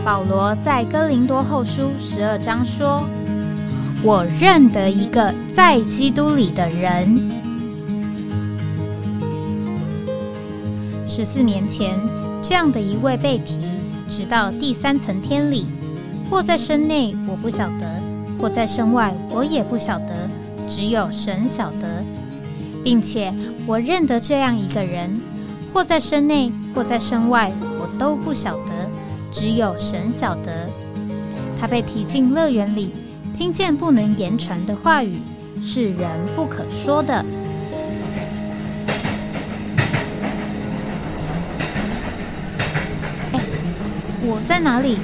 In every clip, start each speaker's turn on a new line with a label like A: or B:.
A: 保罗在哥林多后书12章说：我认得一个在基督里的人。14年前，这样的一位被提，直到第3层天里，或在身内，我不晓得；或在身外，我也不晓得，只有神晓得。并且我认得这样一个人，或在身内，或在身外，我都不晓得，只有神晓得。他被提进乐园里，听见不能言传的话语，是人不可说的。我在哪里？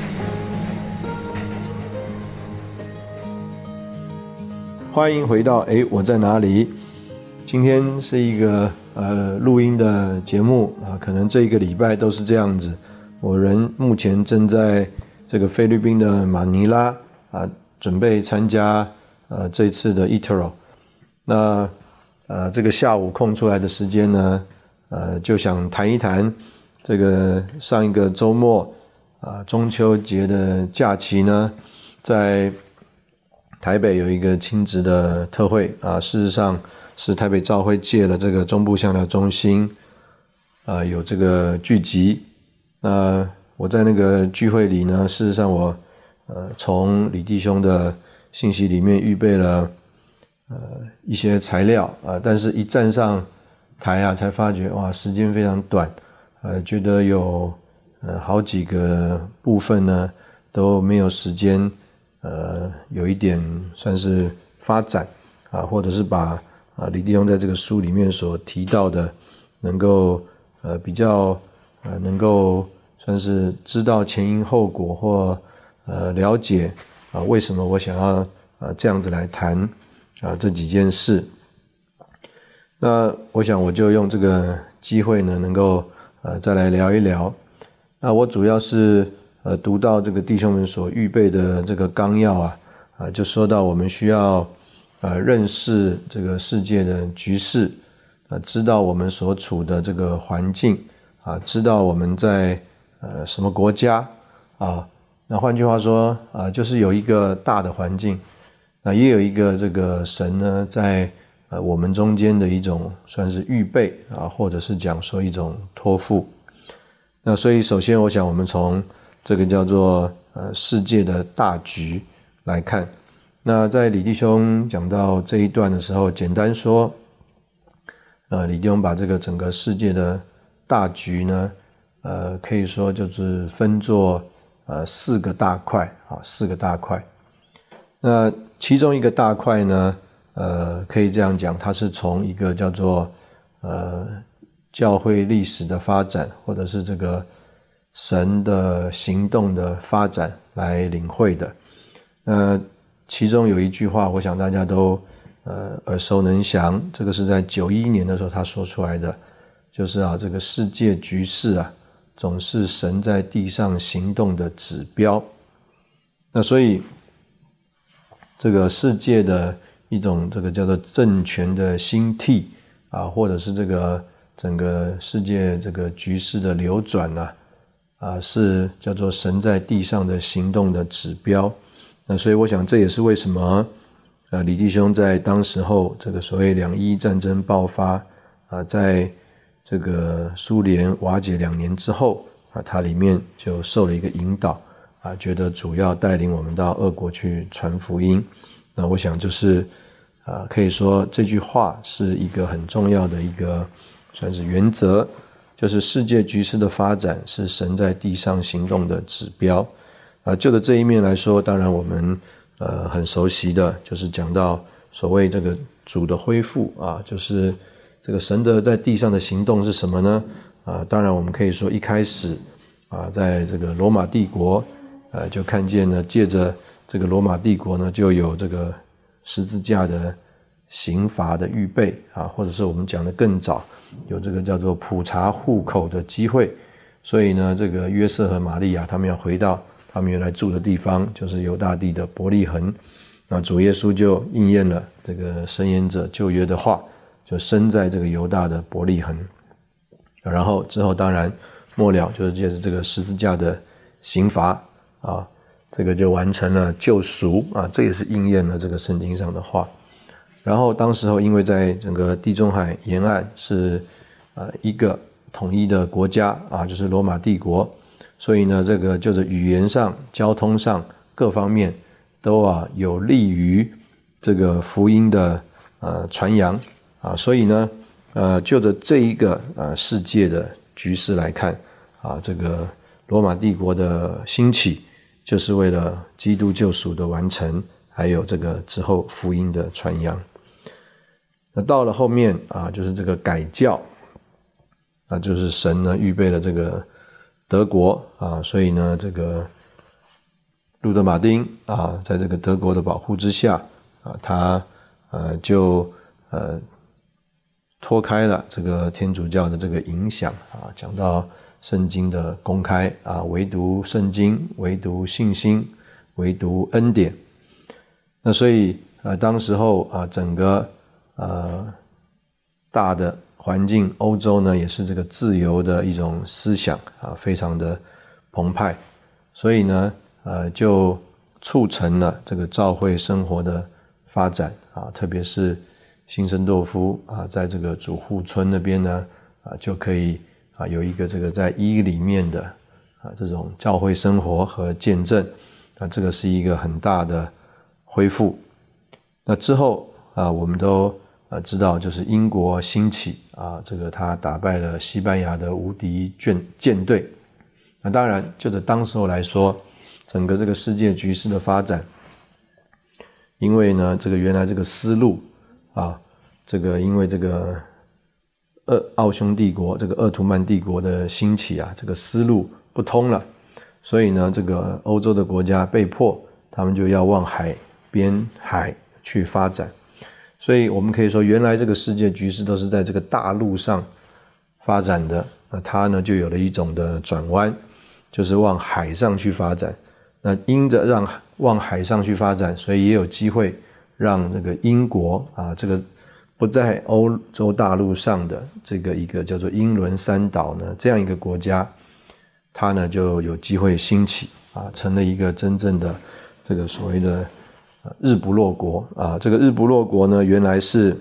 B: 欢迎回到我在哪里？今天是一个录音的节目可能这一个礼拜都是这样子。我人目前正在这个菲律宾的马尼拉准备参加这一次的 ITERO。那这个下午空出来的时间呢，就想谈一谈这个上一个周末中秋节的假期呢，在台北有一个亲子的特会事实上是台北教会借了这个中部向疗中心有这个聚集。那我在那个聚会里呢，事实上我从李弟兄的信息里面预备了一些材料但是一站上台才发觉哇，时间非常短觉得有好几个部分呢都没有时间有一点算是发展或者是把李弟兄在这个书里面所提到的能够比较能够算是知道前因后果或了解为什么我想要这样子来谈这几件事。那我想我就用这个机会呢能够再来聊一聊。那我主要是读到这个弟兄们所预备的这个纲要就说到我们需要认识这个世界的局势知道我们所处的这个环境知道我们在什么国家那换句话说就是有一个大的环境也有一个这个神呢在我们中间的一种算是预备或者是讲说一种托付。那所以首先我想我们从这个叫做世界的大局来看。那在李弟兄讲到这一段的时候，简单说李弟兄把这个整个世界的大局呢可以说就是分作4个大块4个大块。那其中一个大块呢可以这样讲，它是从一个叫做教会历史的发展或者是这个神的行动的发展来领会的。其中有一句话我想大家都耳熟能详，这个是在91年的时候他说出来的，就是这个世界局势总是神在地上行动的指标。那所以这个世界的一种这个叫做政权的兴替或者是这个整个世界这个局势的流转是叫做神在地上的行动的指标。那所以我想这也是为什么李弟兄在当时候这个所谓2·1战争爆发在这个苏联瓦解2年之后他里面就受了一个引导觉得主要带领我们到俄国去传福音。那我想就是可以说这句话是一个很重要的一个算是原则，就是世界局势的发展是神在地上行动的指标。就的这一面来说，当然我们很熟悉的就是讲到所谓这个主的恢复就是这个神的在地上的行动是什么呢？当然我们可以说一开始在这个罗马帝国就看见呢，借着这个罗马帝国呢就有这个十字架的刑罚的预备或者是我们讲的更早有这个叫做普查户口的机会。所以呢这个约瑟和玛利亚他们要回到他们原来住的地方，就是犹大地的伯利恒。那主耶稣就应验了这个申言者旧约的话，就生在这个犹大的伯利恒。然后之后当然末了就是借着这个十字架的刑罚啊，这个就完成了救赎啊，这也是应验了这个圣经上的话。然后当时候因为在整个地中海沿岸是一个统一的国家啊，就是罗马帝国，所以呢这个就是语言上、交通上各方面都有利于这个福音的传扬啊，所以呢就着这一个世界的局势来看啊，这个罗马帝国的兴起就是为了基督救赎的完成，还有这个之后福音的传扬。那到了后面就是这个改教，就是神呢预备了这个德国所以呢这个路德马丁在这个德国的保护之下他就脱开了这个天主教的这个影响讲到圣经的公开唯独圣经，唯独信心，唯独恩典。那所以当时候整个大的环境，欧洲呢也是这个自由的一种思想非常的澎湃，所以呢就促成了这个教会生活的发展特别是辛森多夫在这个主户村那边呢就可以有一个这个在医里面的这种教会生活和见证这个是一个很大的恢复。那之后我们都知道就是英国兴起这个他打败了西班牙的无敌舰队。那当然就在当时候来说，整个这个世界局势的发展，因为呢这个原来这个思路这个因为这个奥匈帝国这个鄂图曼帝国的兴起这个思路不通了，所以呢这个欧洲的国家被迫他们就要往边海去发展。所以我们可以说原来这个世界局势都是在这个大陆上发展的，那它呢就有了一种的转弯，就是往海上去发展。那因着让往海上去发展，所以也有机会让这个英国这个不在欧洲大陆上的这个一个叫做英伦三岛呢这样一个国家，它呢就有机会兴起成了一个真正的这个所谓的日不落国这个日不落国呢原来是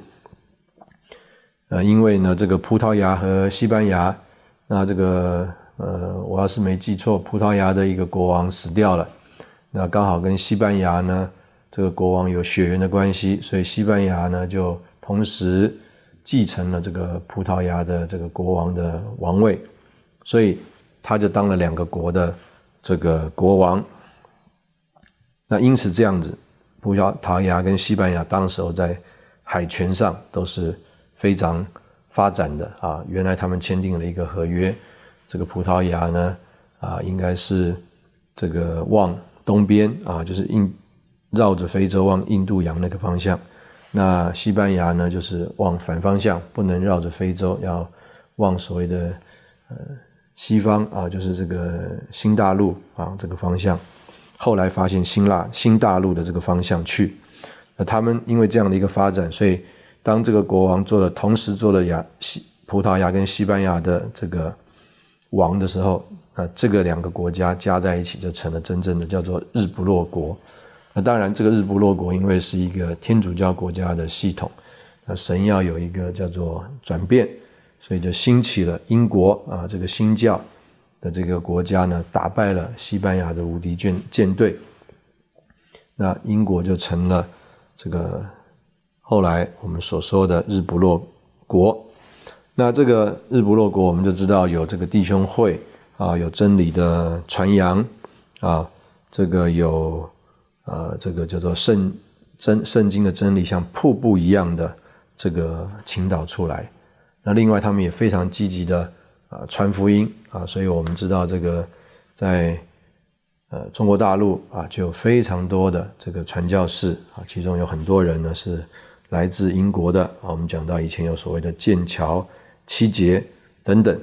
B: 因为呢这个葡萄牙和西班牙，那这个我要是没记错，葡萄牙的一个国王死掉了，那刚好跟西班牙呢这个国王有血缘的关系，所以西班牙呢就同时继承了这个葡萄牙的这个国王的王位，所以他就当了两个国的这个国王。那因此这样子，葡萄牙跟西班牙当时候在海权上都是非常发展的原来他们签订了一个合约，这个葡萄牙呢应该是这个往东边就是绕着非洲往印度洋那个方向，那西班牙呢就是往反方向，不能绕着非洲，要往所谓的西方就是这个新大陆这个方向，后来发现新大陆的这个方向去。那他们因为这样的一个发展，所以当这个国王同时做了葡萄牙跟西班牙的这个王的时候，这个两个国家加在一起就成了真正的叫做日不落国。那当然这个日不落国因为是一个天主教国家的系统，那神要有一个叫做转变，所以就兴起了英国这个新教的这个国家呢，打败了西班牙的无敌舰队，那英国就成了这个后来我们所说的日不落国。那这个日不落国我们就知道有这个弟兄会有真理的传扬这个有这个叫做圣经的真理像瀑布一样的这个倾倒出来。那另外他们也非常积极的传福音所以我们知道这个在中国大陆就有非常多的这个传教士其中有很多人呢是来自英国的我们讲到以前有所谓的剑桥、七节等等，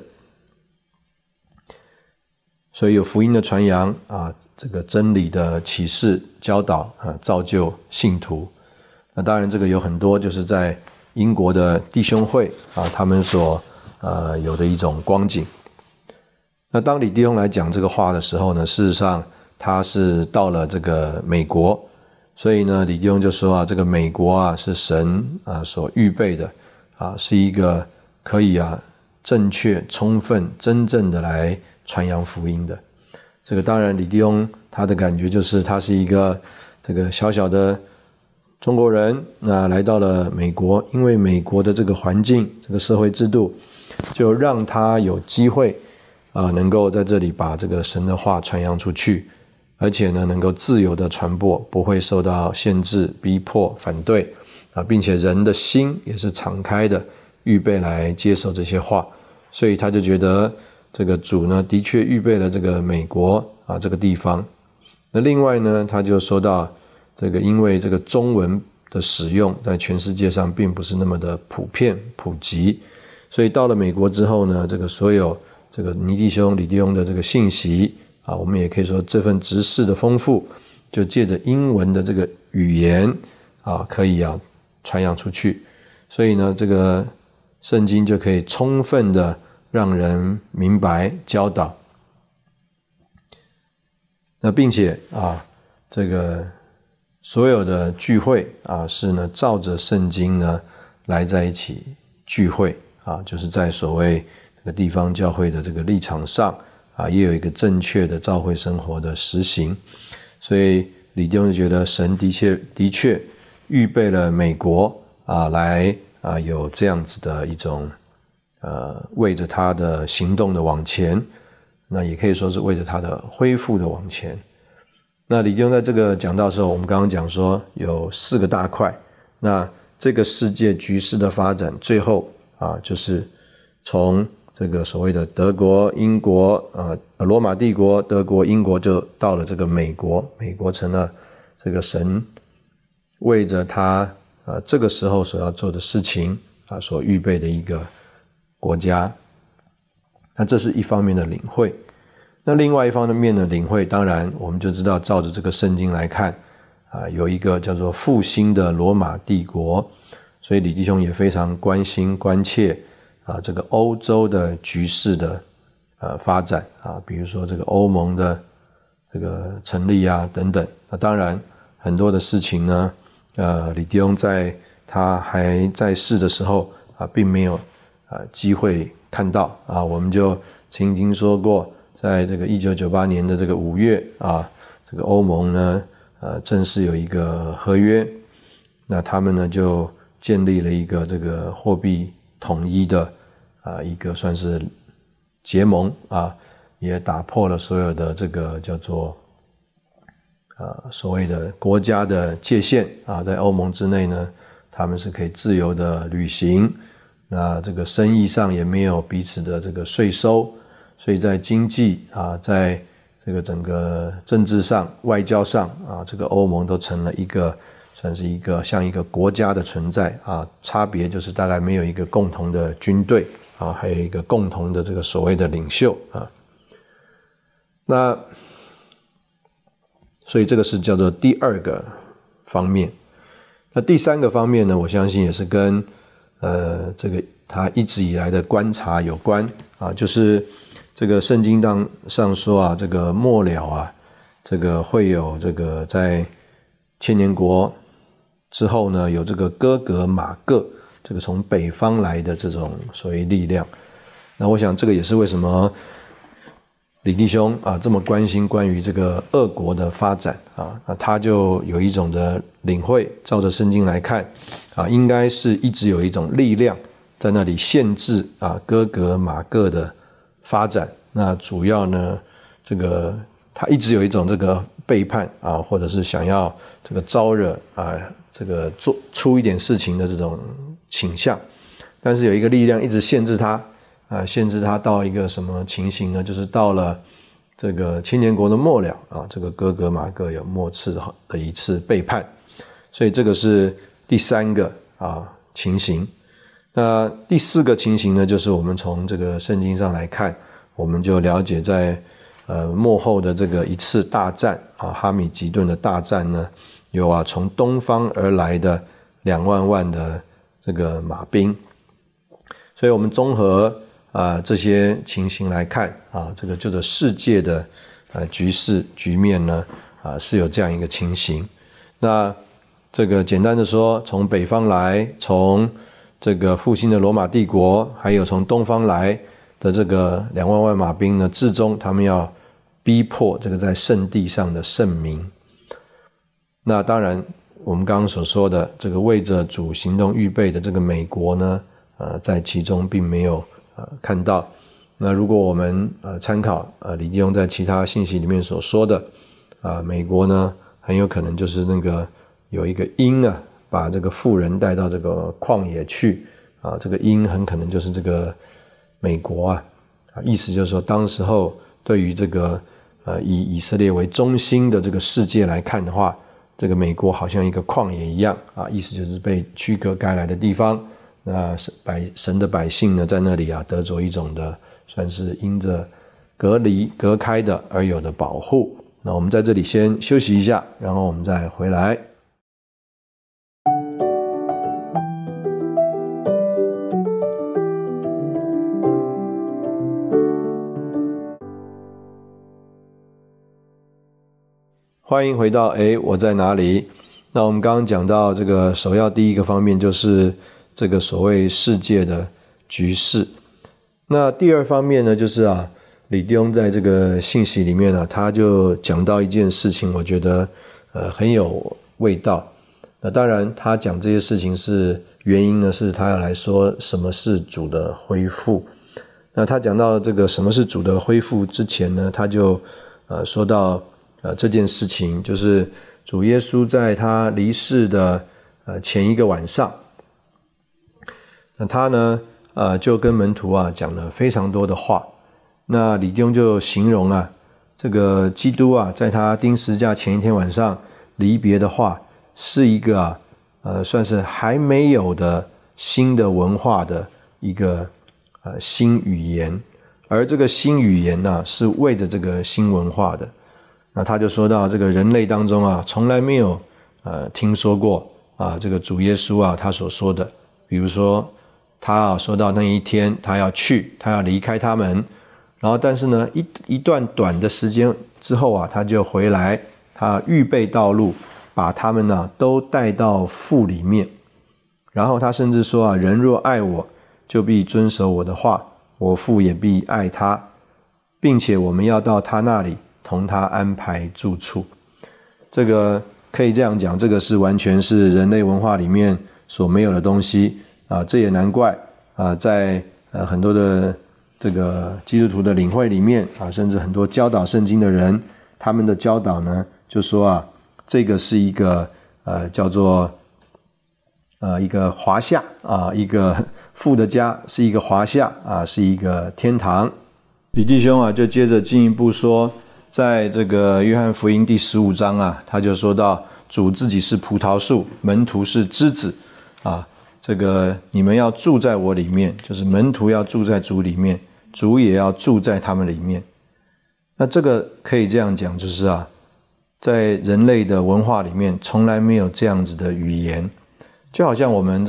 B: 所以有福音的传扬这个真理的启示教导造就信徒。那当然这个有很多就是在英国的弟兄会他们所有的一种光景。那当李弟兄来讲这个话的时候呢，事实上他是到了这个美国，所以呢，李弟兄就说这个美国是神所预备的是一个可以正确、充分、真正的来传扬福音的。这个当然，李弟兄他的感觉就是他是一个这个小小的中国人，来到了美国，因为美国的这个环境、这个社会制度，就让他有机会能够在这里把这个神的话传扬出去，而且呢，能够自由的传播，不会受到限制、逼迫、反对并且人的心也是敞开的，预备来接受这些话，所以他就觉得这个主呢，的确预备了这个美国这个地方。那另外呢，他就说到这个，因为这个中文的使用在全世界上并不是那么的普遍普及，所以到了美国之后呢，这个所有这个倪弟兄、李弟兄的这个信息我们也可以说这份知识的丰富，就借着英文的这个语言可以传扬出去，所以呢，这个圣经就可以充分的让人明白教导。那并且这个所有的聚会是呢照着圣经呢来在一起聚会就是在所谓这个地方教会的这个立场上也有一个正确的教会生活的实行。所以李弟兄就觉得神的确预备了美国来有这样子的一种为着他的行动的往前，那也可以说是为着他的恢复的往前。那李弟兄在这个讲到的时候，我们刚刚讲说有4个大块，那这个世界局势的发展最后就是从这个所谓的德国、英国罗马帝国、德国、英国，就到了这个美国，美国成了这个神为着他这个时候所要做的事情所预备的一个国家。那这是一方面的领会。那另外一方面的领会，当然我们就知道照着这个圣经来看有一个叫做复兴的罗马帝国，所以李弟兄也非常关心关切这个欧洲的局势的发展比如说这个欧盟的这个成立等等。那当然很多的事情呢李弟兄在他还在世的时候并没有机会看到我们就曾经说过，在这个1998年的这个5月这个欧盟呢正式有一个合约，那他们呢就建立了一个这个货币统一的一个算是结盟也打破了所有的这个叫做所谓的国家的界限在欧盟之内呢，他们是可以自由的旅行，那这个生意上也没有彼此的这个税收，所以在经济在这个整个政治上、外交上这个欧盟都成了一个算是一个像一个国家的存在差别就是大概没有一个共同的军队还有一个共同的这个所谓的领袖那所以这个是叫做第2个方面。那第3个方面呢，我相信也是跟这个他一直以来的观察有关就是这个圣经上说这个末了这个会有这个在千年国之后呢，有这个哥格马各这个从北方来的这种所谓力量。那我想这个也是为什么李弟兄这么关心关于这个俄国的发展那他就有一种的领会，照着圣经来看应该是一直有一种力量在那里限制哥格马各的发展。那主要呢，这个他一直有一种这个背叛或者是想要这个招惹这个做出一点事情的这种倾向，但是有一个力量一直限制他限制他到一个什么情形呢？就是到了这个千年国的末了这个哥格马各有末次的一次背叛，所以这个是第3个情形。那第4个情形呢，就是我们从这个圣经上来看，我们就了解在末后的这个一次大战哈米吉顿的大战呢，有从东方而来的2万万的这个马兵。所以我们综合这些情形来看这个就是世界的局势局面呢是有这样一个情形。那这个简单的说，从北方来，从这个复兴的罗马帝国，还有从东方来的这个2万万马兵呢，至终他们要逼迫这个在圣地上的圣民。那当然我们刚刚所说的这个为着主行动预备的这个美国呢，在其中并没有看到。那如果我们参考李弟兄在其他信息里面所说的美国呢，很有可能就是那个有一个鹰把这个妇人带到这个旷野去这个鹰很可能就是这个美国意思就是说当时候对于这个以以色列为中心的这个世界来看的话，这个美国好像一个旷野一样意思就是被区隔开来的地方。那神的百姓呢，在那里得着一种的算是因着隔开的而有的保护。那我们在这里先休息一下，然后我们再回来。欢迎回到我在哪里。那我们刚刚讲到这个首要第一个方面就是这个所谓世界的局势。那第二方面呢，就是李弟兄在这个信息里面他就讲到一件事情，我觉得很有味道。那当然他讲这些事情是原因呢，是他要来说什么是主的恢复。那他讲到这个什么是主的恢复之前呢，他就说到这件事情，就是主耶稣在他离世的前一个晚上，那他呢就跟门徒讲了非常多的话。那李弟兄就形容这个基督在他钉十字架前一天晚上离别的话，是一个算是还没有的新的文化的一个新语言，而这个新语言是为着这个新文化的。那他就说到这个人类当中从来没有听说过这个主耶稣他所说的，比如说他说到那一天他要离开他们，然后但是呢一段短的时间之后他就回来，他预备道路，把他们都带到父里面。然后他甚至说人若爱我，就必遵守我的话，我父也必爱他，并且我们要到他那里同他安排住处。这个可以这样讲，这个是完全是人类文化里面所没有的东西这也难怪在很多的这个基督徒的领会里面甚至很多教导圣经的人，他们的教导呢就说这个是一个叫做一个华夏一个父的家，是一个华夏是一个天堂。李弟兄就接着进一步说，在这个约翰福音第15章他就说到主自己是葡萄树，门徒是枝子这个你们要住在我里面，就是门徒要住在主里面，主也要住在他们里面。那这个可以这样讲，就是在人类的文化里面从来没有这样子的语言。就好像我们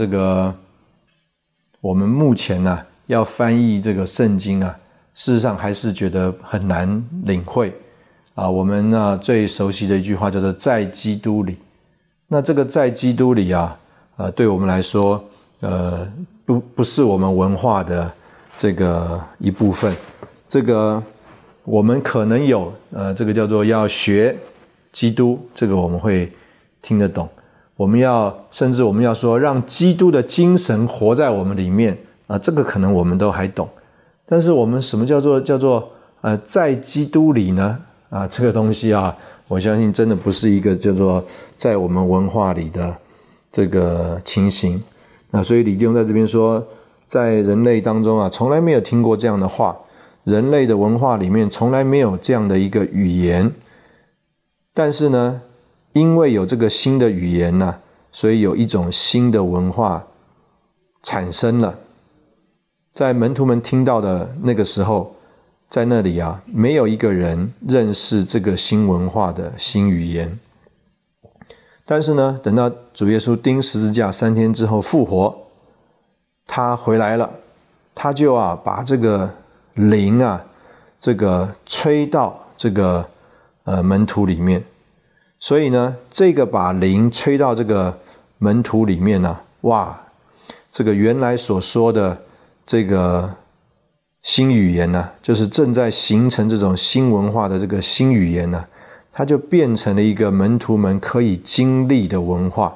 B: 目前要翻译这个圣经事实上还是觉得很难领会我们最熟悉的一句话叫做在基督里。那这个在基督里对我们来说不是我们文化的这个一部分。这个我们可能有这个叫做要学基督，这个我们会听得懂。甚至我们要说让基督的精神活在我们里面这个可能我们都还懂。但是我们什么叫做在基督里呢这个东西我相信真的不是一个叫做在我们文化里的这个情形。那所以李弟兄在这边说，在人类当中从来没有听过这样的话，人类的文化里面从来没有这样的一个语言。但是呢，因为有这个新的语言所以有一种新的文化产生了。在门徒们听到的那个时候，在那里没有一个人认识这个新文化的新语言。但是呢，等到主耶稣钉十字架3天之后复活，他回来了，他就把这个灵这个吹到这个门徒里面。所以呢，这个把灵吹到这个门徒里面呢，哇，这个原来所说的这个新语言呢，就是正在形成这种新文化的这个新语言呢，它就变成了一个门徒们可以经历的文化。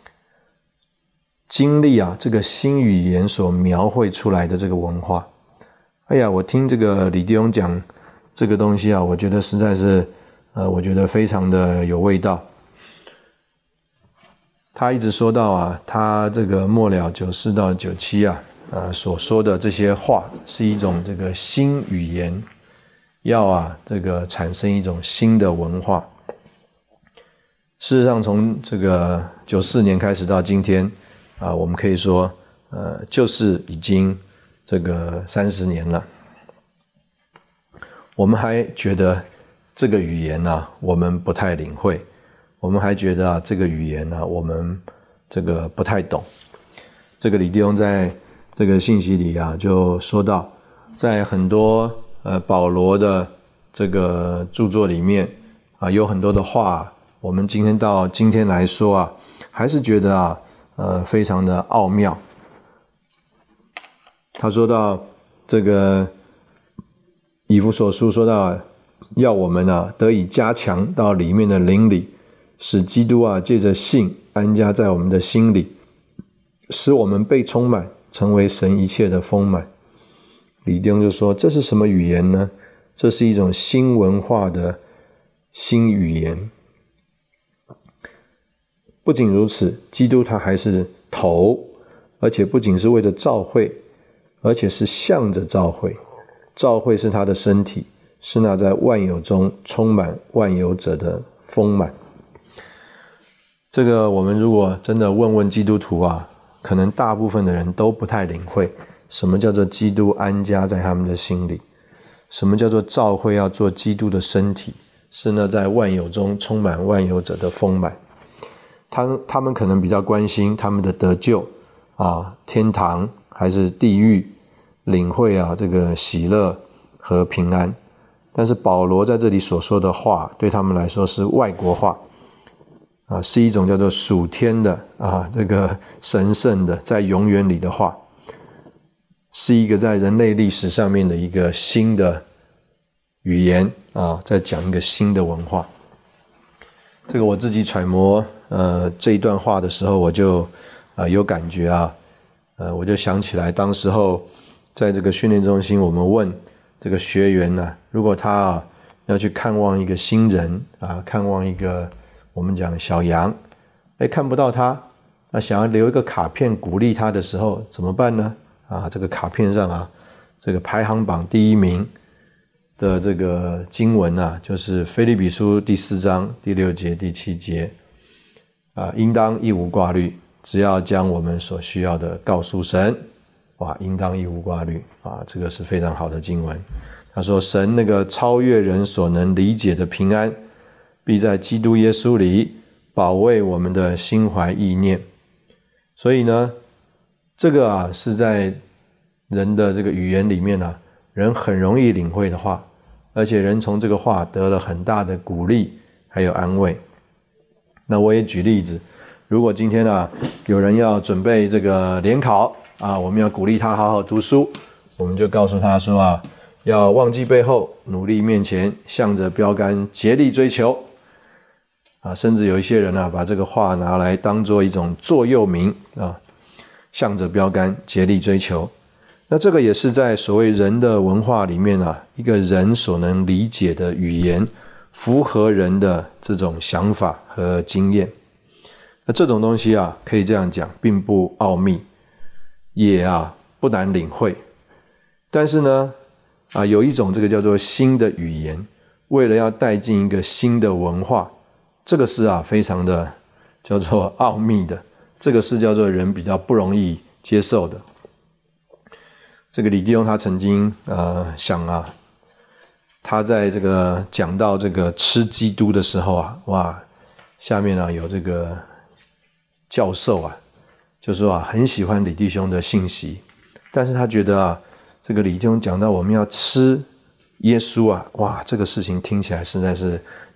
B: 经历这个新语言所描绘出来的这个文化。哎呀，我听这个李弟兄讲这个东西我觉得实在是我觉得非常的有味道。他一直说到他这个末了94到97所说的这些话是一种这个新语言，要这个产生一种新的文化。事实上从这个94年开始到今天我们可以说就是已经这个30年了。我们还觉得这个语言我们不太领会，我们还觉得这个语言我们这个不太懂。这个李弟兄在这个信息里就说到，在很多保罗的这个著作里面有很多的话，我们今天到今天来说还是觉得非常的奥妙。他说到这个以弗所书说到，要我们得以加强到里面的灵里，使基督借着信安家在我们的心里，使我们被充满，成为神一切的丰满。李弟兄就说，这是什么语言呢？这是一种新文化的新语言。不仅如此，基督他还是头，而且不仅是为了召会，而且是向着召会。召会是他的身体，是那在万有中充满万有者的丰满。这个我们如果真的问问基督徒可能大部分的人都不太领会什么叫做基督安家在他们的心里，什么叫做召会要做基督的身体，是那在万有中充满万有者的丰满。他们可能比较关心他们的得救天堂还是地狱，领会这个喜乐和平安。但是保罗在这里所说的话对他们来说是外国话是一种叫做属天的这个神圣的在永远里的话，是一个在人类历史上面的一个新的语言在讲一个新的文化。这个我自己揣摩这一段话的时候，我就有感觉我就想起来当时候在这个训练中心，我们问这个学员如果他要去看望一个新人看望一个我们讲小羊，看不到他，想要留一个卡片鼓励他的时候怎么办呢？这个卡片上这个排行榜第1名的这个经文就是腓立比书第4章第6节第7节应当一无挂虑，只要将我们所需要的告诉神。应当一无挂虑这个是非常好的经文。他说神那个超越人所能理解的平安，必在基督耶稣里保卫我们的心怀意念。所以呢，这个是在人的这个语言里面人很容易领会的话，而且人从这个话得了很大的鼓励还有安慰。那我也举例子，如果今天有人要准备这个联考我们要鼓励他好好读书，我们就告诉他说要忘记背后，努力面前，向着标杆竭力追求甚至有一些人把这个话拿来当做一种座右铭向着标杆竭力追求。那这个也是在所谓人的文化里面一个人所能理解的语言，符合人的这种想法和经验。那这种东西可以这样讲，并不奥秘，也不难领会。但是呢有一种这个叫做新的语言，为了要带进一个新的文化，这个是非常的叫做奥秘的，这个是叫做人比较不容易接受的。这个李弟兄他曾经想他在这个讲到这个吃基督的时候下面有这个教授就说很喜欢李弟兄的信息，但是他觉得这个李弟兄讲到我们要吃耶稣这个事情听起来实在是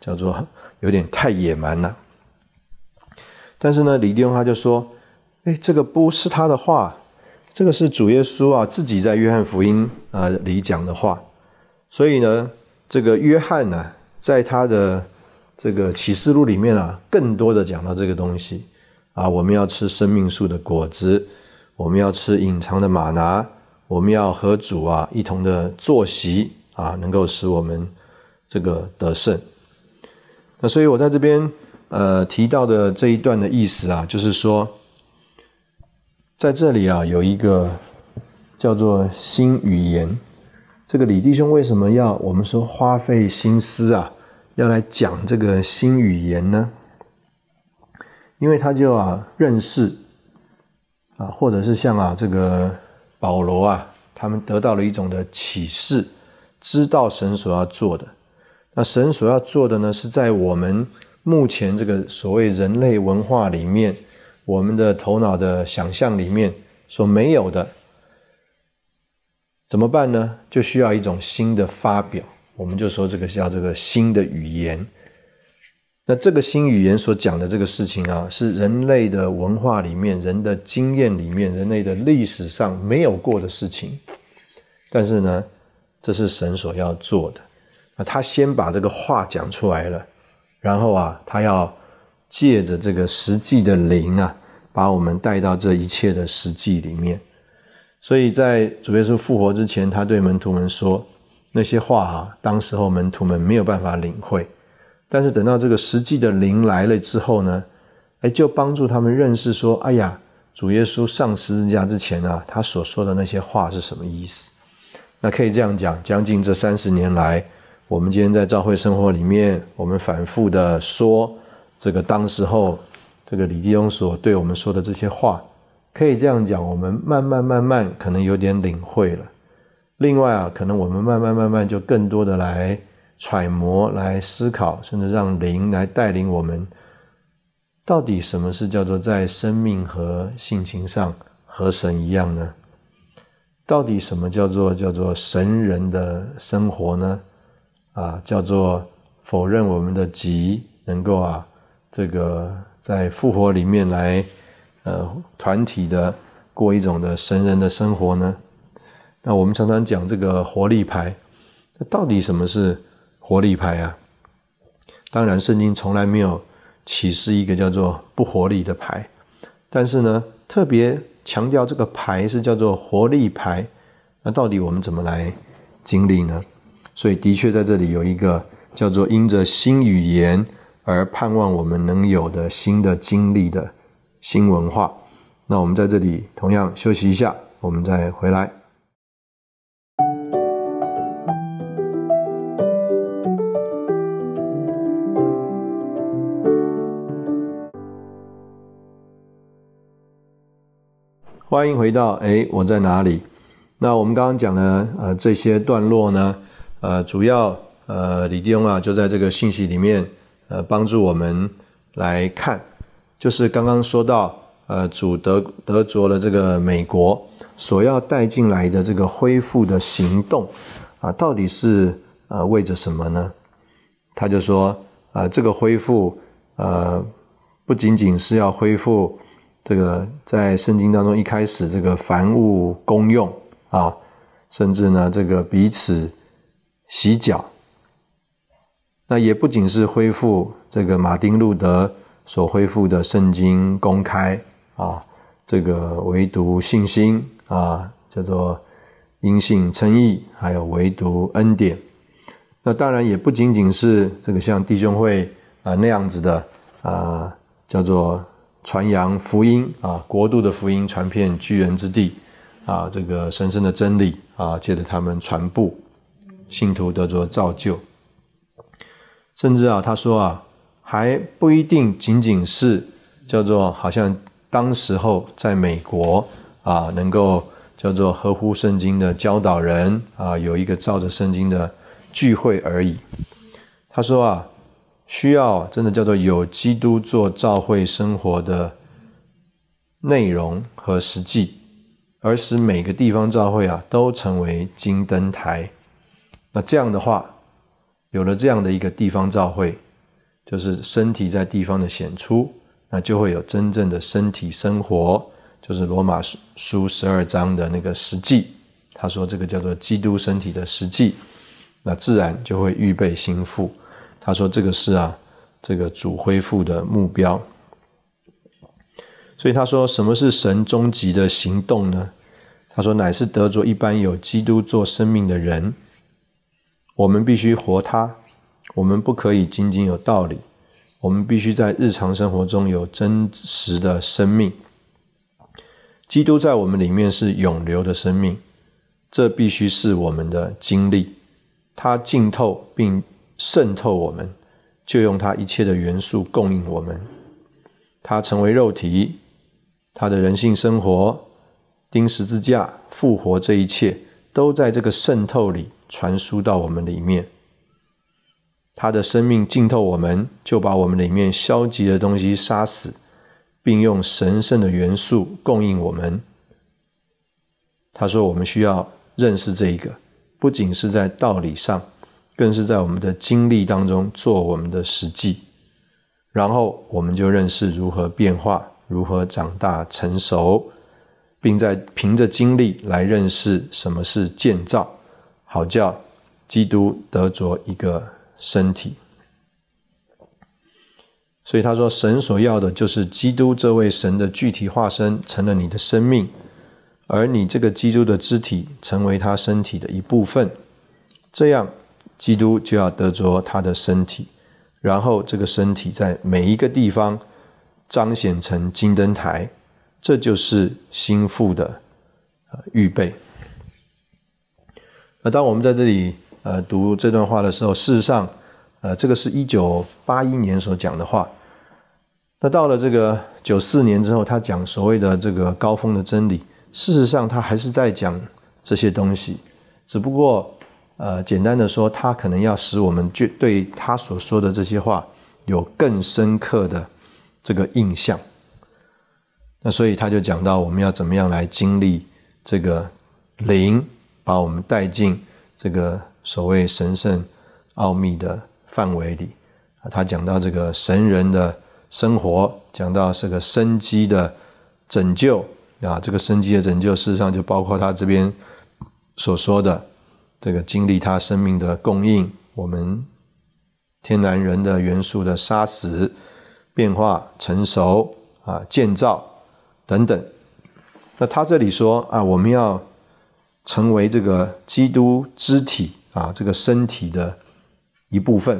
B: 叫做有点太野蛮了。但是呢，李弟兄他就说，这个不是他的话，这个是主耶稣自己在约翰福音里讲的话。所以呢，这个约翰呢，在他的这个启示录里面更多的讲到这个东西我们要吃生命树的果子，我们要吃隐藏的玛拿，我们要和主一同的坐席能够使我们这个得胜。那所以我在这边提到的这一段的意思就是说，在这里有一个叫做新语言。这个李弟兄为什么要我们说花费心思要来讲这个新语言呢？因为他就认识或者是像这个保罗他们得到了一种的启示，知道神所要做的。那神所要做的呢，是在我们目前这个所谓人类文化里面，我们的头脑的想象里面所没有的。怎么办呢？就需要一种新的发表，我们就说这个叫这个新的语言。那这个新语言所讲的这个事情是人类的文化里面、人的经验里面、人类的历史上没有过的事情。但是呢，这是神所要做的。那他先把这个话讲出来了，然后他要借着这个实际的灵把我们带到这一切的实际里面。所以在主耶稣复活之前，他对门徒们说那些话当时候门徒们没有办法领会，但是等到这个实际的灵来了之后呢，就帮助他们认识说，主耶稣上十字架之前他所说的那些话是什么意思。那可以这样讲，将近这30年来，我们今天在教会生活里面，我们反复的说这个当时候这个李弟兄所对我们说的这些话，可以这样讲，我们慢慢可能有点领会了。另外可能我们慢慢就更多的来揣摩、来思考，甚至让灵来带领我们，到底什么是叫做在生命和性情上和神一样呢？到底什么叫做神人的生活呢？叫做否认我们的己，能够这个在复活里面来团体的过一种的神人的生活呢？那我们常常讲这个活力牌，那到底什么是活力牌当然圣经从来没有启示一个叫做不活力的牌，但是呢特别强调这个牌是叫做活力牌。那到底我们怎么来经历呢？所以的确在这里有一个叫做因着新语言而盼望我们能有的新的经历的新文化。那我们在这里同样休息一下，我们再回来。欢迎回到我在哪里。那我们刚刚讲的这些段落呢，主要李弟兄就在这个信息里面帮助我们来看，就是刚刚说到主得着了这个美国所要带进来的这个恢复的行动到底是为着什么呢？他就说这个恢复不仅仅是要恢复这个在圣经当中一开始这个凡物公用甚至呢这个彼此洗脚，那也不仅是恢复这个马丁路德所恢复的圣经公开这个唯独信心叫做因信称义，还有唯独恩典。那当然也不仅仅是这个像弟兄会那样子的叫做传扬福音国度的福音传遍居人之地这个神圣的真理借着他们传布，信徒得着造就。甚至他说还不一定仅仅是叫做好像当时候在美国能够叫做合乎圣经的教导人有一个照着圣经的聚会而已。他说需要真的叫做有基督做教会生活的内容和实际，而使每个地方教会都成为金灯台。那这样的话，有了这样的一个地方教会， 就是身体在地方的显出，那就会有真正的身体生活，就是罗马书12章的那个实际，他说这个叫做基督身体的实际，那自然就会预备心腹。他说这个是这个主恢复的目标。所以他说什么是神终极的行动呢？他说乃是得着一般有基督做生命的人，我们必须活他，我们不可以仅仅有道理，我们必须在日常生活中有真实的生命。基督在我们里面是永流的生命，这必须是我们的经历。他浸透并渗透我们，就用他一切的元素供应我们。他成为肉体，他的人性生活、钉十字架、复活，这一切都在这个渗透里传输到我们里面。他的生命浸透我们，就把我们里面消极的东西杀死，并用神圣的元素供应我们。他说我们需要认识这一个，不仅是在道理上，更是在我们的经历当中做我们的实际，然后我们就认识如何变化，如何长大成熟，并在凭着经历来认识什么是建造，好叫基督得着一个身体。所以他说神所要的就是基督这位神的具体化身成了你的生命，而你这个基督的肢体成为他身体的一部分，这样基督就要得着他的身体，然后这个身体在每一个地方彰显成金灯台，这就是心腹的预备。那当我们在这里读这段话的时候，事实上这个是1981年所讲的话。那到了这个94年之后，他讲所谓的这个高峰的真理，事实上他还是在讲这些东西，只不过简单的说，他可能要使我们对他所说的这些话有更深刻的这个印象。那所以他就讲到我们要怎么样来经历这个灵把我们带进这个所谓神圣奥秘的范围里。他讲到这个神人的生活，讲到这个生机的拯救这个生机的拯救事实上就包括他这边所说的这个经历他生命的供应，我们天然人的元素的杀死、变化、成熟建造等等。那他这里说我们要成为这个基督肢体这个身体的一部分。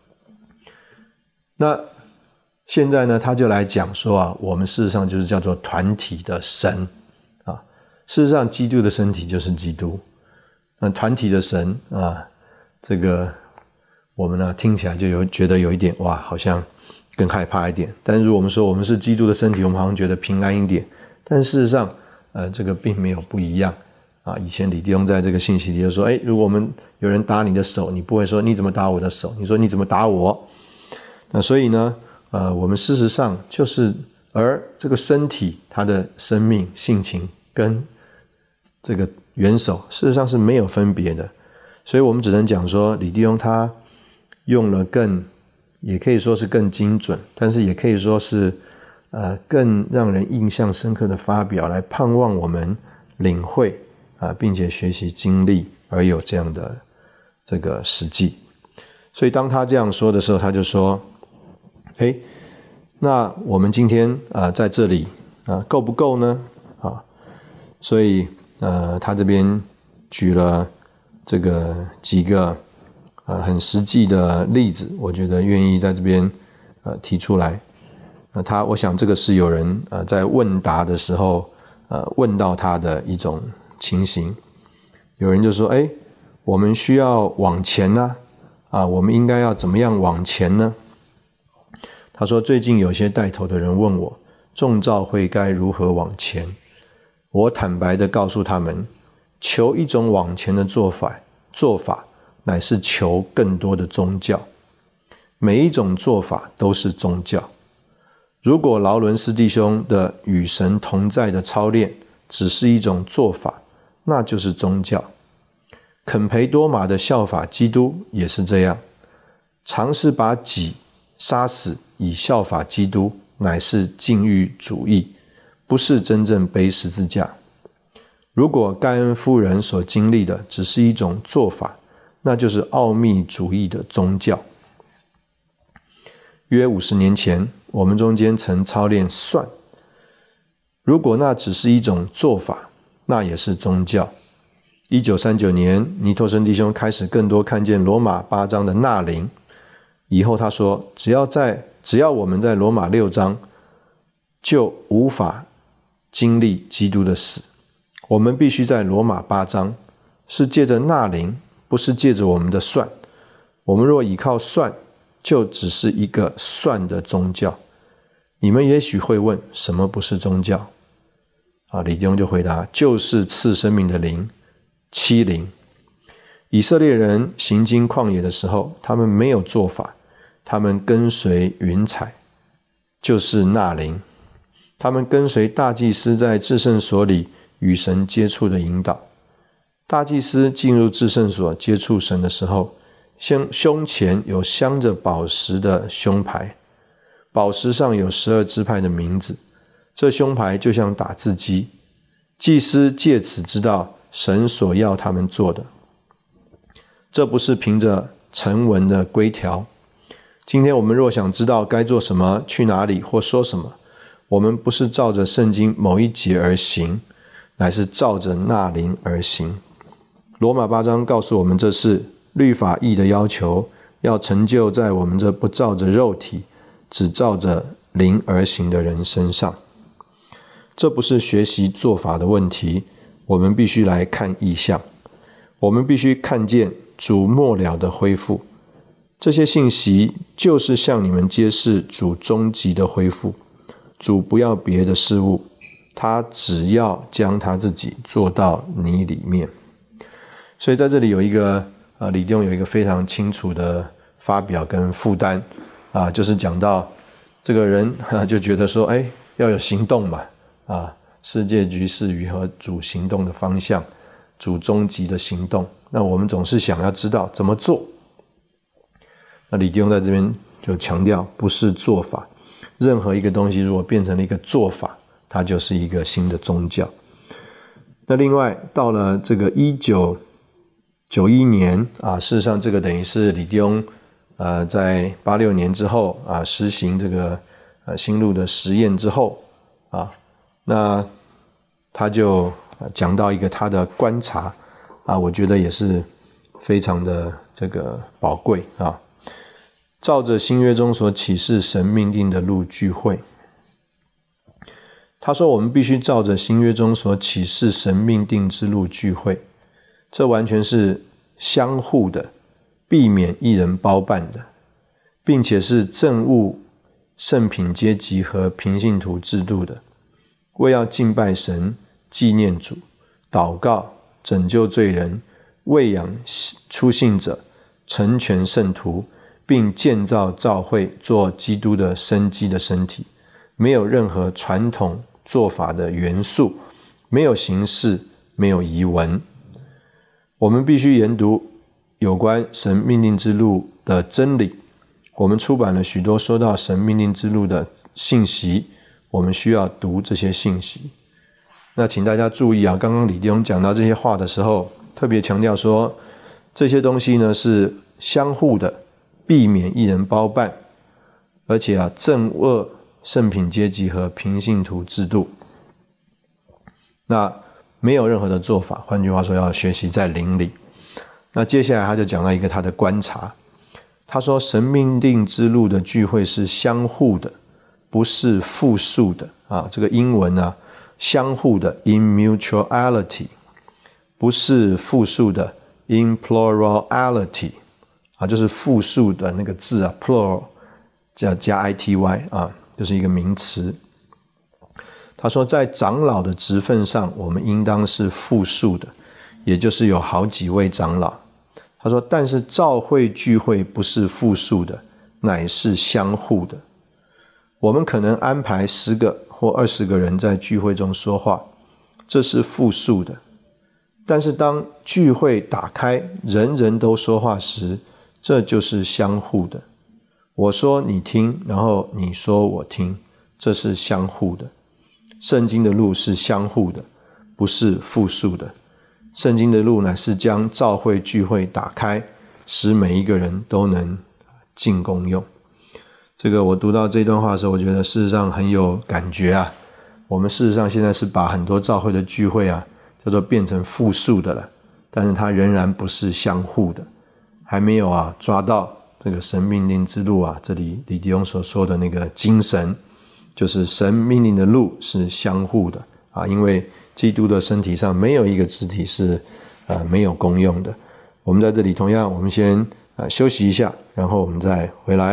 B: 那现在呢，他就来讲说我们事实上就是叫做团体的神事实上基督的身体就是基督。那团体的神这个我们呢听起来就觉得有一点好像更害怕一点。但是如果我们说我们是基督的身体，我们好像觉得平安一点。但事实上这个并没有不一样以前李弟兄在这个信息里就说如果我们有人打你的手，你不会说你怎么打我的手，你说你怎么打我。那所以呢我们事实上就是而这个身体它的生命性情跟这个元首事实上是没有分别的。所以我们只能讲说李弟兄他用了也可以说是更精准，但是也可以说是更让人印象深刻的发表，来盼望我们领会并且学习经历而有这样的这个实际。所以当他这样说的时候，他就说那我们今天在这里够不够呢所以他这边举了这个几个很实际的例子，我觉得愿意在这边提出来。我想这个是有人在问答的时候问到他的一种情形。有人就说我们需要往前我们应该要怎么样往前呢？他说最近有些带头的人问我众召会该如何往前。我坦白地告诉他们，求一种往前的做法乃是求更多的宗教，每一种做法都是宗教。如果劳伦斯弟兄的与神同在的操练只是一种做法，那就是宗教。肯培多马的效法基督也是这样，尝试把己杀死以效法基督，乃是禁欲主义，不是真正背十字架。如果盖恩夫人所经历的只是一种做法，那就是奥秘主义的宗教。约50年前，我们中间曾操练算，如果那只是一种做法，那也是宗教。1939年，尼托生弟兄开始更多看见罗马8章的纳灵，以后他说，只要我们在罗马6章，就无法经历基督的死。我们必须在罗马8章，是借着纳灵，不是借着我们的算。我们若倚靠算，就只是一个算的宗教。你们也许会问，什么不是宗教？李弟兄就回答，就是赐生命的灵，欺灵。以色列人行经旷野的时候，他们没有做法，他们跟随云彩，就是纳灵。他们跟随大祭司在至圣所里与神接触的引导。大祭司进入至圣所接触神的时候，胸前有镶着宝石的胸牌，宝石上有12支派的名字，这胸牌就像打字机，祭司借此知道神所要他们做的。这不是凭着成文的规条。今天我们若想知道该做什么、去哪里或说什么，我们不是照着圣经某一节而行，乃是照着纳灵而行。罗马8章告诉我们，这是律法义的要求，要成就在我们这不照着肉体，只照着灵而行的人身上。这不是学习做法的问题，我们必须来看意象，我们必须看见主末了的恢复。这些信息就是向你们揭示主终极的恢复。主不要别的事物，他只要将他自己做到你里面。所以在这里有一个李弟兄有一个非常清楚的发表跟负担就是讲到这个人就觉得说要有行动嘛世界局势与和主行动的方向，主终极的行动，那我们总是想要知道怎么做。那李弟兄在这边就强调，不是做法，任何一个东西如果变成了一个做法，它就是一个新的宗教。那另外到了这个1991年事实上这个等于是李弟兄在86年之后实行这个新路的实验之后那他就讲到一个他的观察我觉得也是非常的这个宝贵照着新约中所启示神命定的路聚会。他说我们必须照着新约中所启示神命定之路聚会，这完全是相互的，避免一人包办的，并且是政务圣品阶级和平信徒制度的，为要敬拜神、纪念主、祷告、拯救罪人、喂养初信者、成全圣徒，并建造教会做基督的生机的身体，没有任何传统做法的元素，没有形式，没有遗文。我们必须研读有关神命令之路的真理。我们出版了许多说到神命令之路的信息，我们需要读这些信息。那请大家注意刚刚李弟兄讲到这些话的时候，特别强调说这些东西呢是相互的，避免一人包办，而且正恶圣品阶级和平信徒制度。那没有任何的做法，换句话说要学习在灵里。那接下来他就讲到一个他的观察，他说神命定之路的聚会是相互的，不是复数的这个英文相互的 in mutuality， 不是复数的 in plurality就是复数的那个字plural 加 ity 就是一个名词。他说在长老的职分上，我们应当是复数的，也就是有好几位长老。他说但是教会聚会不是复数的，乃是相互的。我们可能安排10个或20个人在聚会中说话，这是复数的。但是当聚会打开，人人都说话时，这就是相互的。 我说你听，然后你说我听，这是相互的。圣经的路是相互的，不是复数的。圣经的路乃是将召会聚会打开，使每一个人都能尽功用。这个我读到这段话的时候，我觉得事实上很有感觉啊。我们事实上现在是把很多召会的聚会啊，叫做变成复数的了，但是它仍然不是相互的，还没有抓到这个神命令之路这里李弟兄所说的那个精神，就是神命令的路是相互的因为基督的身体上没有一个肢体是没有功用的。我们在这里同样，我们先休息一下，然后我们再回来。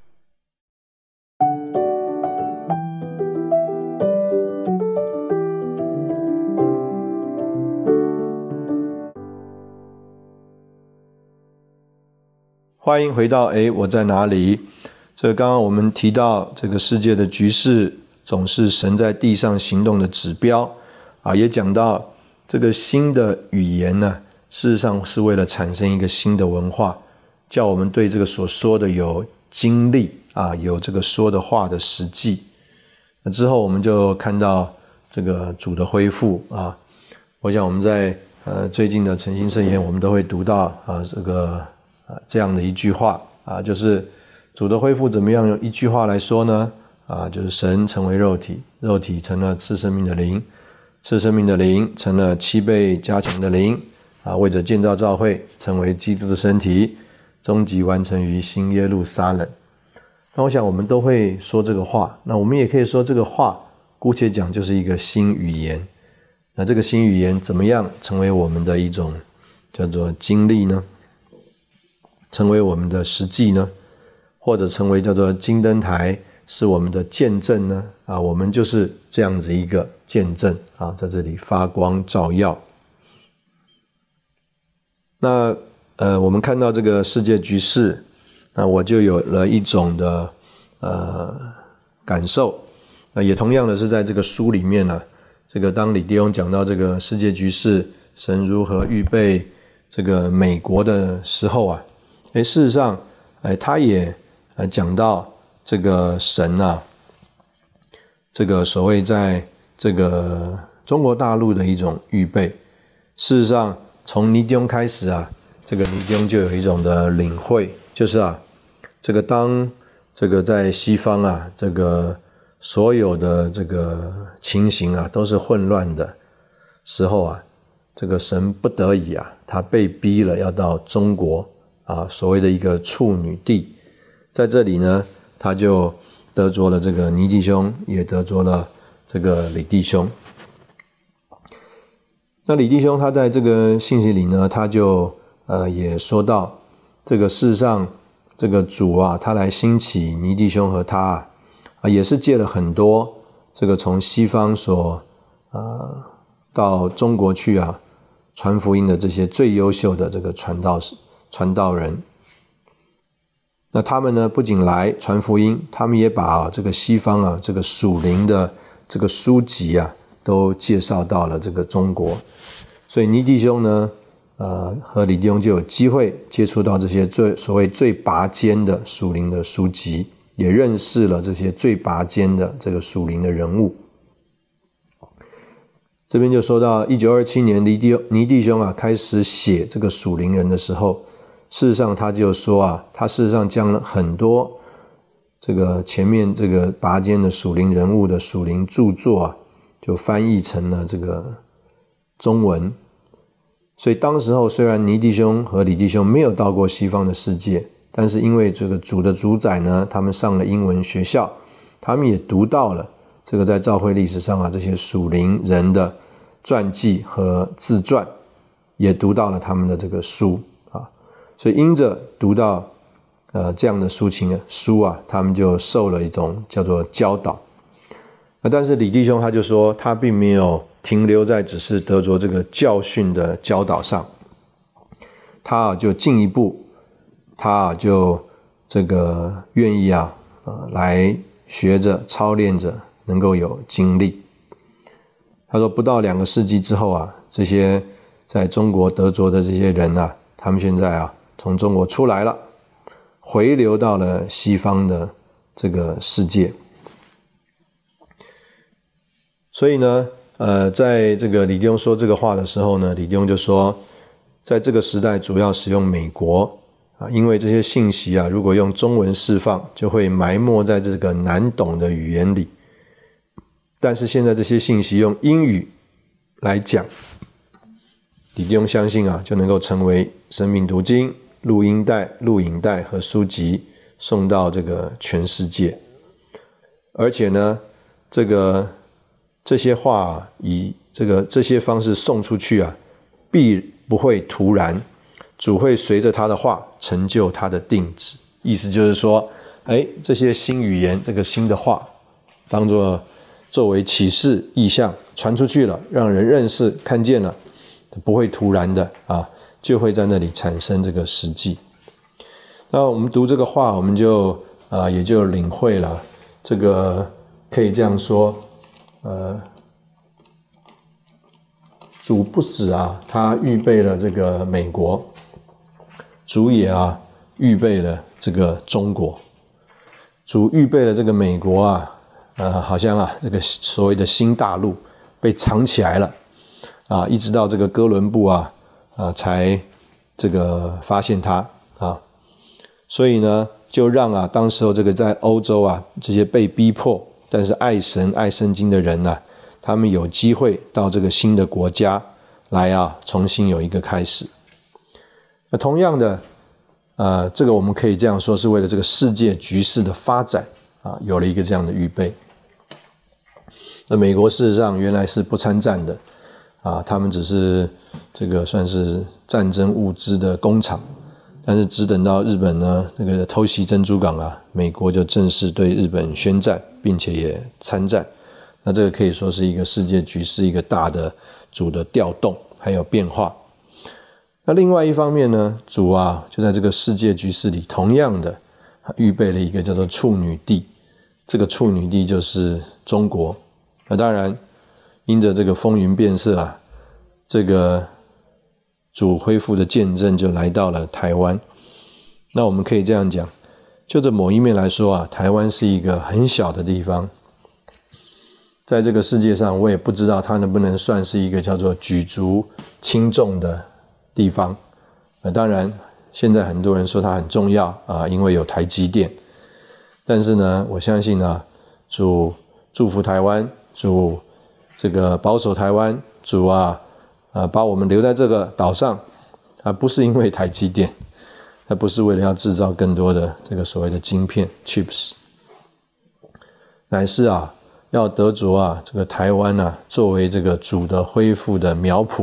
B: 欢迎回到我在哪里。这刚刚我们提到这个世界的局势总是神在地上行动的指标也讲到这个新的语言呢，事实上是为了产生一个新的文化，叫我们对这个所说的有经历有这个说的话的实际。那之后我们就看到这个主的恢复我想我们在最近的诚心圣言我们都会读到这样的一句话就是主的恢复怎么样用一句话来说呢就是神成为肉体，肉体成了赐生命的灵，赐生命的灵成了7倍加强的灵为着建造教会，成为基督的身体，终极完成于新耶路撒冷。那我想我们都会说这个话，那我们也可以说这个话姑且讲就是一个新语言。那这个新语言怎么样成为我们的一种叫做经历呢？成为我们的实际呢？或者成为叫做金灯台是我们的见证呢？我们就是这样子一个见证在这里发光照耀。那我们看到这个世界局势，那我就有了一种的感受。也同样的是在这个书里面呢，这个当李弟兄讲到这个世界局势，神如何预备这个美国的时候事实上他也讲到这个神这个所谓在这个中国大陆的一种预备。事实上从尼弟兄开始这个尼弟兄就有一种的领会，就是这个当这个在西方这个所有的这个情形都是混乱的时候这个神不得已他被逼了要到中国所谓的一个处女地，在这里呢他就得着了这个尼弟兄，也得着了这个李弟兄。那李弟兄他在这个信息里呢，他就也说到这个事实上这个主他来兴起尼弟兄和他也是借了很多这个从西方所到中国去传福音的这些最优秀的这个传道人。那他们呢不仅来传福音，他们也把这个西方这个属灵的这个书籍都介绍到了这个中国。所以尼弟兄呢和李弟兄就有机会接触到这些所谓最拔尖的属灵的书籍，也认识了这些最拔尖的这个属灵的人物。这边就说到1927年尼弟兄开始写这个属灵人的时候，事实上他就说他事实上将了很多这个前面这个拔尖的属灵人物的属灵著作就翻译成了这个中文。所以当时候虽然尼弟兄和李弟兄没有到过西方的世界，但是因为这个主的主宰呢，他们上了英文学校，他们也读到了这个在教会历史上这些属灵人的传记和自传，也读到了他们的这个书所以因着读到这样的书他们就受了一种叫做教导。但是李弟兄他就说他并没有停留在只是得着这个教训的教导上，他就进一步，他就这个愿意来学着操练着能够有经历。他说不到2个世纪之后这些在中国得着的这些人他们现在从中国出来了， 回流到了西方的这个世界。所以呢，在这个李弟兄说这个话的时候呢，李弟兄就说，在这个时代主要使用美国因为这些信息如果用中文释放，就会埋没在这个难懂的语言里。但是现在这些信息用英语来讲，李弟兄相信就能够成为生命读经、录音带、录影带和书籍，送到这个全世界。而且呢，这些话以这些方式送出去必不会突然，主会随着他的话成就他的定旨。意思就是说，这些新语言，这个新的话，作为启示意象传出去了，让人认识看见了，不会突然的就会在那里产生这个实际。那我们读这个话，我们就也就领会了这个，可以这样说，主不止他预备了这个美国，主也预备了这个中国。主预备了这个美国好像这个所谓的新大陆被藏起来了一直到这个哥伦布才这个发现它所以呢，就让当时候这个在欧洲这些被逼迫但是爱神爱圣经的人他们有机会到这个新的国家来重新有一个开始。那同样的这个我们可以这样说，是为了这个世界局势的发展有了一个这样的预备。那美国事实上原来是不参战的他们只是这个算是战争物资的工厂，但是只等到日本呢那个偷袭珍珠港美国就正式对日本宣战，并且也参战。那这个可以说是一个世界局势一个大的主的调动还有变化。那另外一方面呢，主就在这个世界局势里同样的预备了一个叫做处女地，这个处女地就是中国。那当然因着这个风云变色这个主恢复的见证就来到了台湾。那我们可以这样讲，就这某一面来说台湾是一个很小的地方，在这个世界上我也不知道它能不能算是一个叫做举足轻重的地方。当然现在很多人说它很重要因为有台积电。但是呢，我相信主祝福台湾，主这个保守台湾，主把我们留在这个岛上不是因为台积电，它不是为了要制造更多的这个所谓的晶片 chips， 乃是要得着这个台湾作为这个主的恢复的苗圃。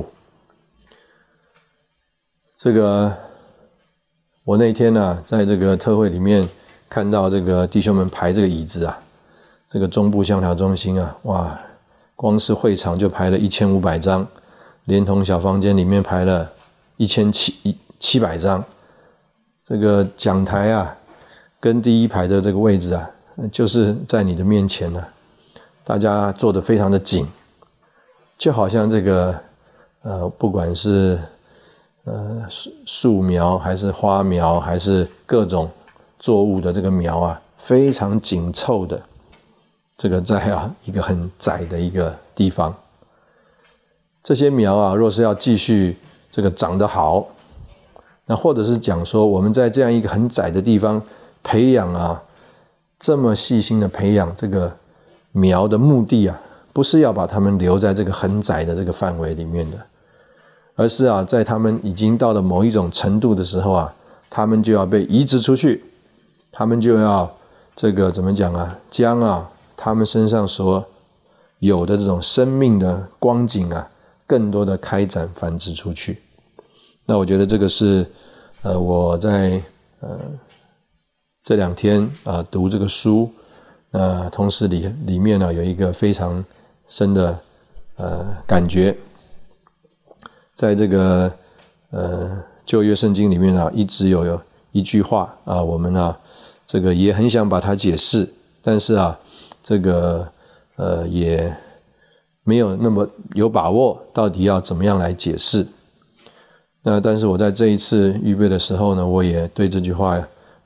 B: 这个我那天在这个特会里面看到这个弟兄们排这个椅子这个中部香调中心哇，光是会场就排了1500张，连同小房间里面排了1700张。这个讲台跟第一排的这个位置就是在你的面前大家坐得非常的紧，就好像这个不管是树苗还是花苗还是各种作物的这个苗非常紧凑的这个在一个很窄的一个地方。这些苗若是要继续这个长得好，那或者是讲说我们在这样一个很窄的地方培养这么细心的培养这个苗的目的不是要把它们留在这个很窄的这个范围里面的，而是在他们已经到了某一种程度的时候他们就要被移植出去，他们就要这个怎么讲将他们身上所有的这种生命的光景更多的开展繁殖出去。那我觉得这个是我在这2天读这个书同时里面有一个非常深的感觉。在这个旧约圣经里面一直有一句话我们这个也很想把它解释，但是这个也没有那么有把握到底要怎么样来解释。那但是我在这一次预备的时候呢，我也对这句话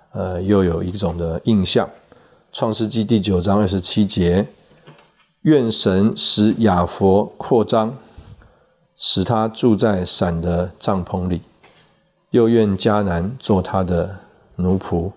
B: 又有一种的印象。创世纪第9章27节，愿神使亚佛扩张，使他住在闪的帐篷里，又愿迦南做他的奴仆。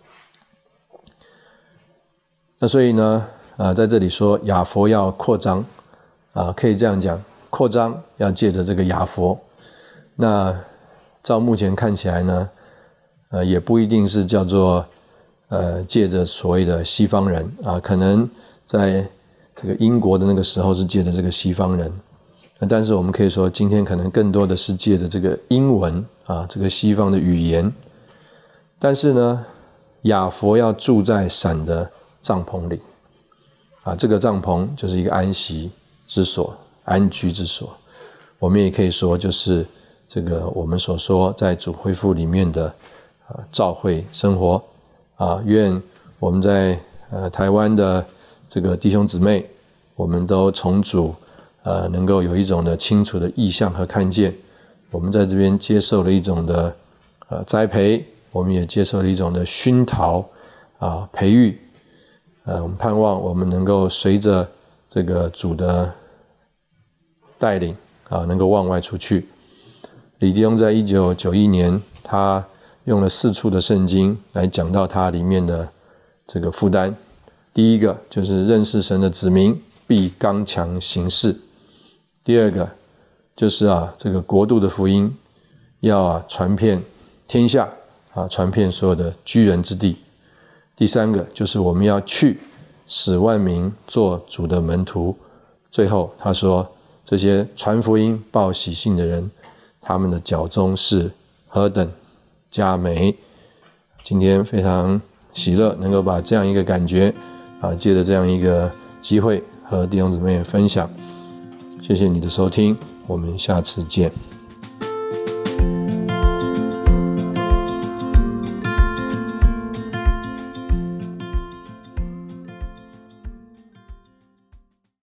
B: 那所以呢，在这里说亚佛要扩张，可以这样讲，扩张要借着这个亚佛。那照目前看起来呢，也不一定是叫做借着所谓的西方人可能在这个英国的那个时候是借着这个西方人，但是我们可以说今天可能更多的是借着这个英文这个西方的语言。但是呢，亚佛要住在闪的帐篷里这个帐篷就是一个安息之所，安居之所。我们也可以说就是这个我们所说在主恢复里面的教会生活愿我们在台湾的这个弟兄姊妹，我们都从主能够有一种的清楚的意向和看见。我们在这边接受了一种的栽培，我们也接受了一种的熏陶培育。我们盼望我们能够随着这个主的带领能够往外出去。李弟兄在1991年他用了4处的圣经来讲到他里面的这个负担。第一个就是认识神的子民必刚强行事，第二个就是这个国度的福音要传遍天下传遍所有的居人之地。第三个就是我们要去使万民做主的门徒。最后他说这些传福音报喜信的人，他们的脚中是何等佳美。今天非常喜乐能够把这样一个感觉借着这样一个机会和弟兄姊妹分享。谢谢你的收听，我们下次见。